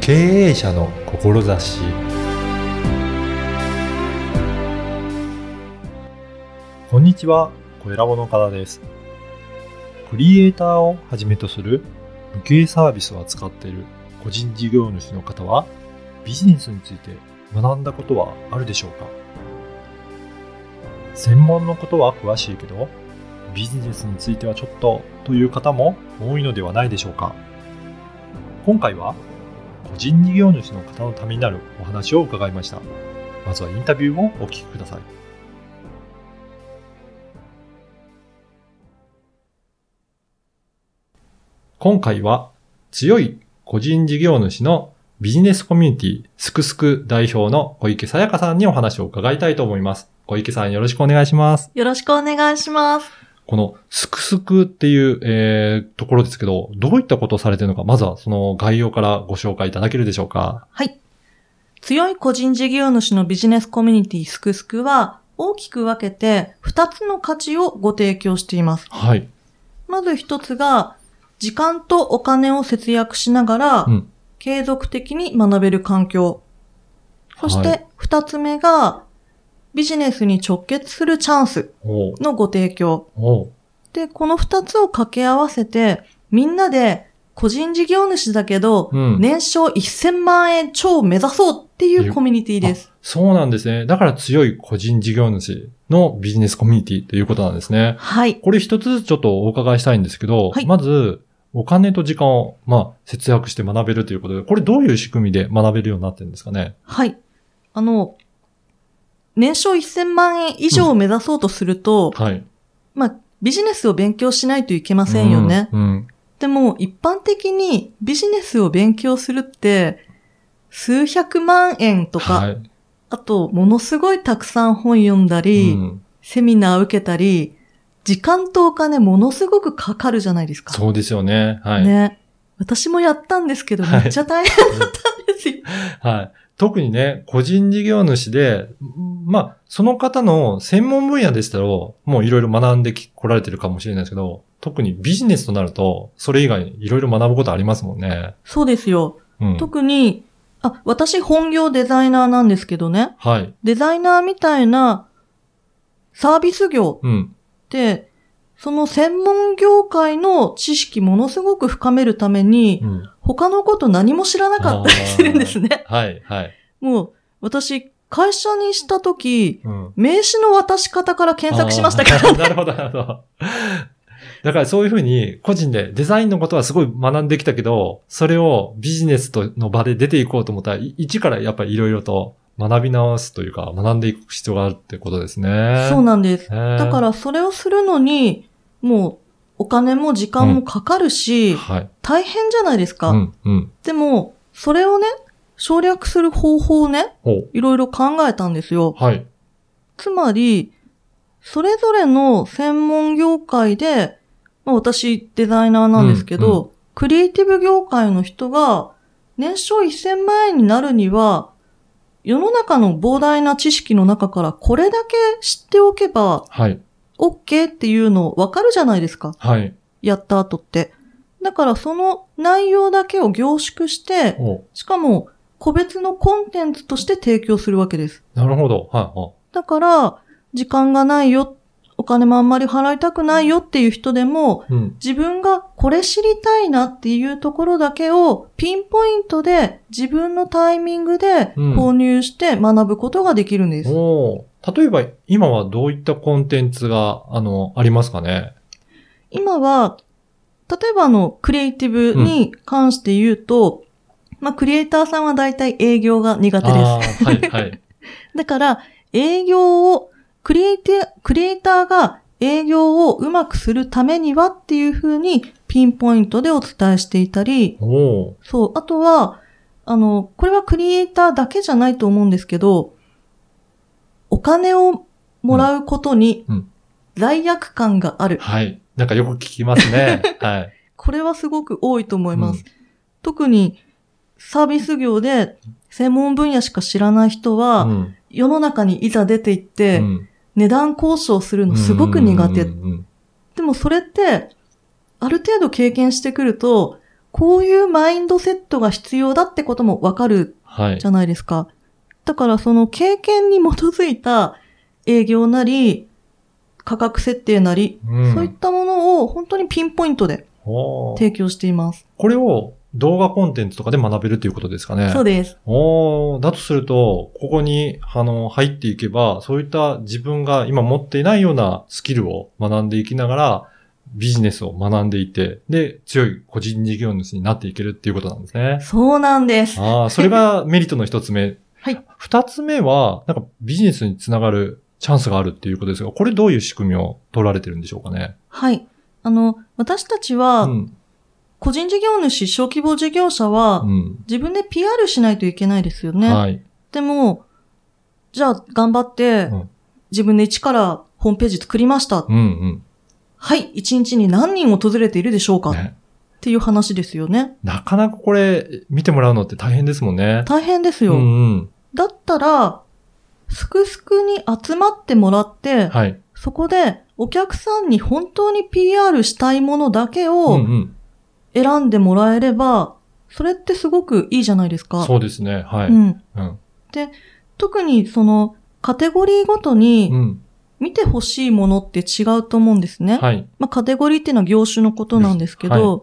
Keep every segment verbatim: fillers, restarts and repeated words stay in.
経営者の志。こんにちは、小ラボの岡田です。クリエイターをはじめとする無形サービスを扱っている個人事業主の方は、ビジネスについて学んだことはあるでしょうか？専門のことは詳しいけど、ビジネスについてはちょっとという方も多いのではないでしょうか。今回は個人事業主の方のためになるお話を伺いました。まずはインタビューをお聞きください。今回は強い個人事業主のビジネスコミュニティすくすく代表の小池さやかさんにお話を伺いたいと思います。小池さん、よろしくお願いします。 よろしくお願いします。 このすくすくっていう、えー、ところですけど、どういったことをされているのか、まずはその概要からご紹介いただけるでしょうか。 はい。強い個人事業主のビジネスコミュニティすくすくは大きく分けてふたつの価値をご提供しています。 はい。 まずひとつが時間とお金を節約しながら、うん、継続的に学べる環境。そしてふたつめがビジネスに直結するチャンスのご提供。で、このふたつを掛け合わせて、みんなで個人事業主だけど、うん、年商せんまんえん超目指そうっていうコミュニティです。 そうなんですね。だから強い個人事業主のビジネスコミュニティということなんですね。 はい。 これ一つずつちょっとお伺いしたいんですけど、はい、まず、お金と時間を、まあ、節約して学べるということで、これどういう仕組みで学べるようになってるんですかね？ はい。あの、年商せんまんえん以上を目指そうとすると、うん、はい。まあ、ビジネスを勉強しないといけませんよね。うんうん、でも、一般的にビジネスを勉強するって、数百万円とか、はい、あと、ものすごいたくさん本読んだり、うん、セミナー受けたり、時間とお金ものすごくかかるじゃないですか。 そうですよね。はい。 ね。私もやったんですけど、めっちゃ大変だったんですよ。 はい。特にね、個人事業主で、まあ、その方の専門分野でしたら、もういろいろ学んでこられてるかもしれないですけど、特にビジネスとなると、それ以外にいろいろ学ぶことありますもんね。 そうですよ。うん、特に、あ、私本業デザイナーなんですけどね。はい。デザイナーみたいなサービス業って、うん、その専門業界の知識ものすごく深めるために、うん、他のこと何も知らなかったりするんですね。 はい、はい。 もう、私、会社にしたとき、うん、名刺の渡し方から検索しましたからね。 なるほど、なるほど。だからそういうふうに、個人でデザインのことはすごい学んできたけど、それをビジネスとの場で出ていこうと思ったら、一からやっぱりいろいろと学び直すというか、学んでいく必要があるってことですね。 そうなんです。だからそれをするのに、もうお金も時間もかかるし、うんはい、大変じゃないですか。うんうん、でも、それをね、省略する方法をね、いろいろ考えたんですよ。はい、つまり、それぞれの専門業界で、まあ、私デザイナーなんですけど、うんうん、クリエイティブ業界の人が年商せんまんえんになるには、世の中の膨大な知識の中からこれだけ知っておけば、はい、OK っていうの分かるじゃないですか。はい。やった後って。だからその内容だけを凝縮して、しかも個別のコンテンツとして提供するわけです。 なるほど。はい、はい。 だから、時間がないよ、お金もあんまり払いたくないよっていう人でも、うん、自分がこれ知りたいなっていうところだけをピンポイントで自分のタイミングで購入して学ぶことができるんです。うん、 おー。例えば今はどういったコンテンツがあのありますかね？ 今は例えばあのクリエイティブに関して言うと、うん、まあクリエイターさんはだいたい営業が苦手です。あはいはい。 だから営業をクリエイティクリエイターが営業をうまくするためにはっていう風にピンポイントでお伝えしていたり、おそうあとはあのこれはクリエイターだけじゃないと思うんですけど。お金をもらうことに罪悪感がある。 うんうん、はい。なんかよく聞きますね。はい。 これはすごく多いと思います。うん、特にサービス業で専門分野しか知らない人は、うん、世の中にいざ出て行って、うん、値段交渉するのすごく苦手。でもそれって、ある程度経験してくると、 こういうマインドセットが必要だってこともわかるじゃないですか。はい、だからその経験に基づいた営業なり、価格設定なり、うん、そういったものを本当にピンポイントで提供しています。 これを動画コンテンツとかで学べるということですかね。 そうです。 おー、だとすると、ここに、あの、入っていけば、そういった自分が今持っていないようなスキルを学んでいきながら、ビジネスを学んでいて、で、強い個人事業主になっていけるっていうことなんですね。 そうなんです。 ああ、それがメリットの一つ目。 はい。 二つ目は、なんかビジネスにつながるチャンスがあるっていうことですが、これどういう仕組みを取られてるんでしょうかね。 はい。あの、私たちは、うん、個人事業主、小規模事業者は、うん、自分で ピーアール しないといけないですよね。はい。でも、じゃあ頑張って、うん、自分で一からホームページ作りました。 うんうん、 はい、一日に何人訪れているでしょうか、ね、っていう話ですよね。 なかなかこれ、見てもらうのって大変ですもんね。 大変ですよ。 うんうん、 だったら、すくすくに集まってもらって、はい、そこでお客さんに本当に ピーアール したいものだけを選んでもらえれば、うんうん、それってすごくいいじゃないですか。 そうですね。はい。 うんうん、で、特にそのカテゴリーごとに見てほしいものって違うと思うんですね。 はい。 まあ、カテゴリーっていうのは業種のことなんですけど、はい、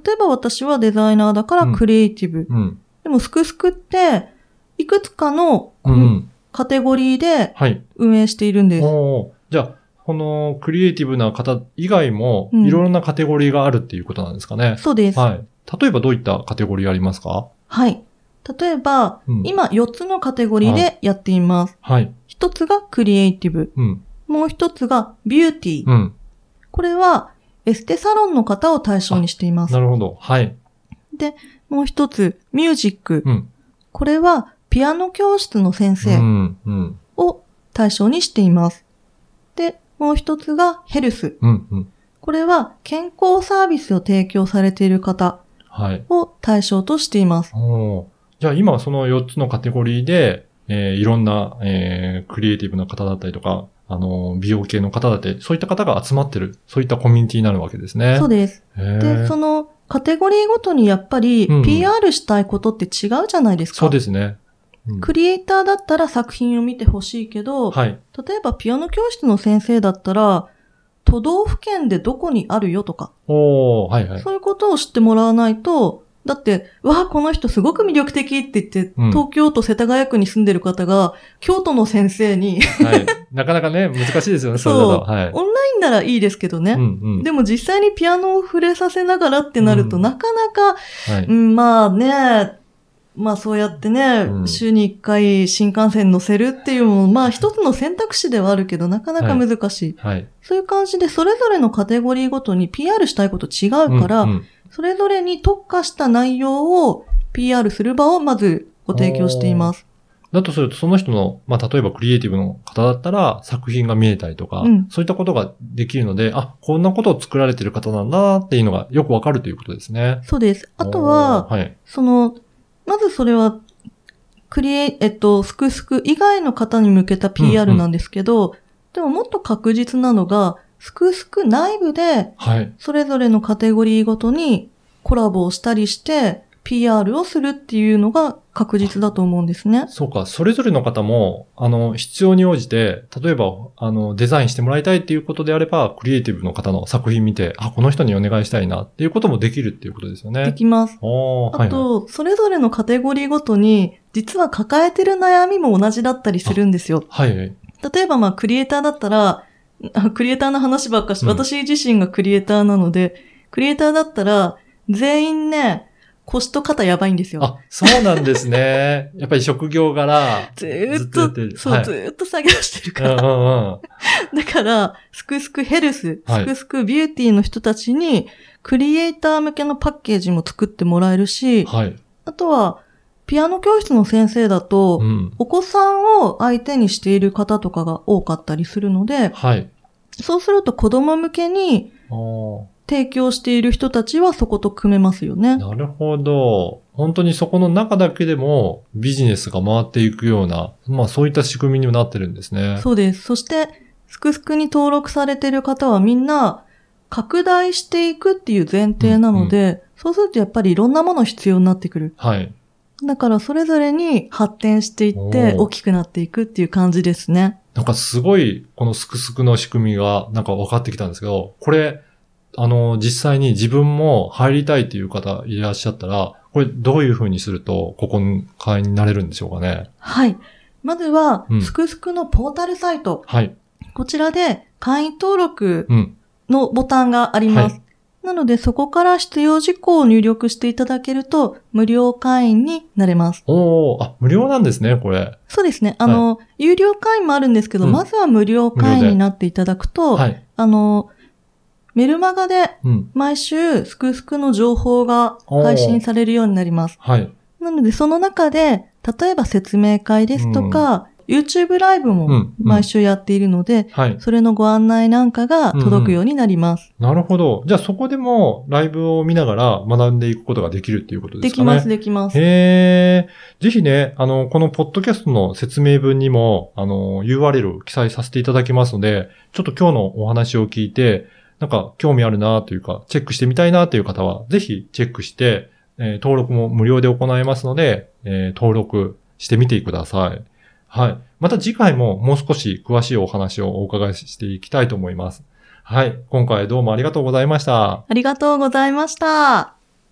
例えば私はデザイナーだからクリエイティブ。うんうん、でもすくすくっていくつかの、うんカテゴリーで運営しているんです。 はい、おじゃあ、このクリエイティブな方以外も、いろいろなカテゴリーがあるっていうことなんですかね。 うん、そうです。 はい。例えばどういったカテゴリーありますか？ はい。例えば、うん、今よっつのカテゴリーでやっています。 はい。 一つがクリエイティブ。うん、もう一つがビューティー。 うん、 これはエステサロンの方を対象にしています。 なるほど。はい。 で、もう一つ、ミュージック。 うん、 これはピアノ教室の先生を対象にしています。で、もう一つがヘルス。 うんうん、 これは健康サービスを提供されている方を対象としています。 はい、おじゃあ今そのよっつのカテゴリーで、えー、いろんな、えー、クリエイティブな方だったりとか、あの、美容系の方だったり、そういった方が集まってる、そういったコミュニティになるわけですね。 そうです。で、そのカテゴリーごとにやっぱり ピーアール したいことって違うじゃないですか。 そうですね。 クリエイターだったら作品を見てほしいけど、 はい、 例えばピアノ教室の先生だったら、都道府県でどこにあるよとか、 おー、はいはい、 そういうことを知ってもらわないと、だって、わあ、この人すごく魅力的って言って、うん、東京都世田谷区に住んでる方が、京都の先生に、 はい、なかなかね、難しいですよね、 そう、 それだと、はい。 オンラインならいいですけどね、 うんうん、 でも実際にピアノを触れさせながらってなると、うん、なかなか、 はいうん、まあね、まあそうやってね、うん、週にいっかい新幹線乗せるっていうのも、まあ一つの選択肢ではあるけど、なかなか難しい。 はいはい、 そういう感じで、それぞれのカテゴリーごとに ピーアール したいこと違うから、うんうん、それぞれに特化した内容を ピーアール する場をまずご提供しています。 だとすると、その人の、まあ例えばクリエイティブの方だったら作品が見えたりとか、うん、そういったことができるので、あ、こんなことを作られている方なんだっていうのがよくわかるということですね。 そうです。あとは、はい、その、まずそれは、クリエイ、えっと、スクスク以外の方に向けた ピーアール なんですけど、うんうん、でももっと確実なのが、スクスク内部で、それぞれのカテゴリーごとにコラボをしたりして、ピーアール をするっていうのが確実だと思うんですね。 そうか、それぞれの方も、あの、必要に応じて、例えば、あの、デザインしてもらいたいっていうことであれば、クリエイティブの方の作品見て、あ、この人にお願いしたいなっていうこともできるっていうことですよね。 できます。 おあと、はいはい、それぞれのカテゴリーごとに、実は抱えてる悩みも同じだったりするんですよ。 はいはい。 例えば、まあ、クリエイターだったら、クリエイターの話ばっかし、うん、私自身がクリエイターなので、クリエイターだったら、全員ね、腰と肩やばいんですよ。 あ、そうなんですね。やっぱり職業柄。 ずーっと、ずっとそう、はい、ずーっと作業してるから。 うんうんうん、 だから、すくすくヘルス、すくすくビューティーの人たちに、クリエイター向けのパッケージも作ってもらえるし、 はい、 あとは、ピアノ教室の先生だと、うん、お子さんを相手にしている方とかが多かったりするので、 はい、 そうすると子供向けに、提供している人たちはそこと組めますよね。 なるほど。本当にそこの中だけでもビジネスが回っていくような、まあそういった仕組みにもなってるんですね。 そうです。そして、すくすくに登録されている方はみんな拡大していくっていう前提なので、うんうん、 そうするとやっぱりいろんなもの必要になってくる。 はい。 だからそれぞれに発展していって大きくなっていくっていう感じですね。 なんかすごいこのすくすくの仕組みがなんか分かってきたんですけど、これ、あの、実際に自分も入りたいっていう方いらっしゃったら、これどういう風にするとここに会員になれるんでしょうかね。 はい。まずは、すくすくのポータルサイト。 はい。 こちらで会員登録のボタンがあります。はい、なのでそこから必要事項を入力していただけると無料会員になれます。 おー、あ、無料なんですね、これ。 そうですね。あの、はい、有料会員もあるんですけど、うん、まずは無料会員になっていただくと、はい、あの、メルマガで毎週すくすくの情報が配信されるようになります。はい。なのでその中で、例えば説明会ですとか、うん、YouTube ライブも毎週やっているので、うんうんはい、それのご案内なんかが届くようになります。 うんうん、なるほど。じゃあそこでもライブを見ながら学んでいくことができるっていうことですかね。 できます、できます。 へー。ぜひね、あの、このポッドキャストの説明文にも、あの、ユーアールエル を記載させていただきますので、ちょっと今日のお話を聞いて、なんか興味あるなというか、チェックしてみたいなという方は、ぜひチェックして、えー、登録も無料で行えますので、えー、登録してみてください。はい。また次回ももう少し詳しいお話をお伺いしていきたいと思います。はい。今回どうもありがとうございました。 ありがとうございました。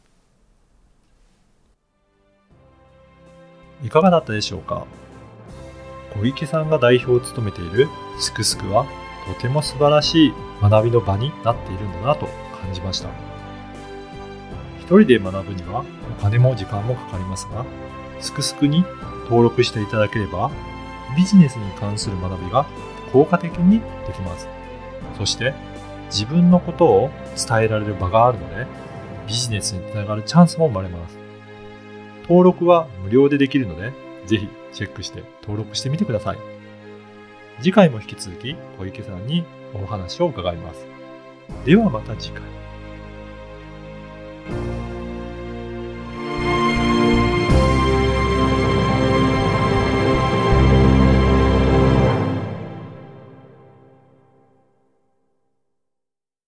いかがだったでしょうか。小池さんが代表を務めているすくすくは、とても素晴らしい学びの場になっているんだなと感じました。一人で学ぶにはお金も時間もかかりますが、すくすくに登録していただければ、ビジネスに関する学びが効果的にできます。そして自分のことを伝えられる場があるので、ビジネスにつながるチャンスも生まれます。登録は無料でできるので、ぜひチェックして登録してみてください。次回も引き続き小池さんにお話を伺います。ではまた次回。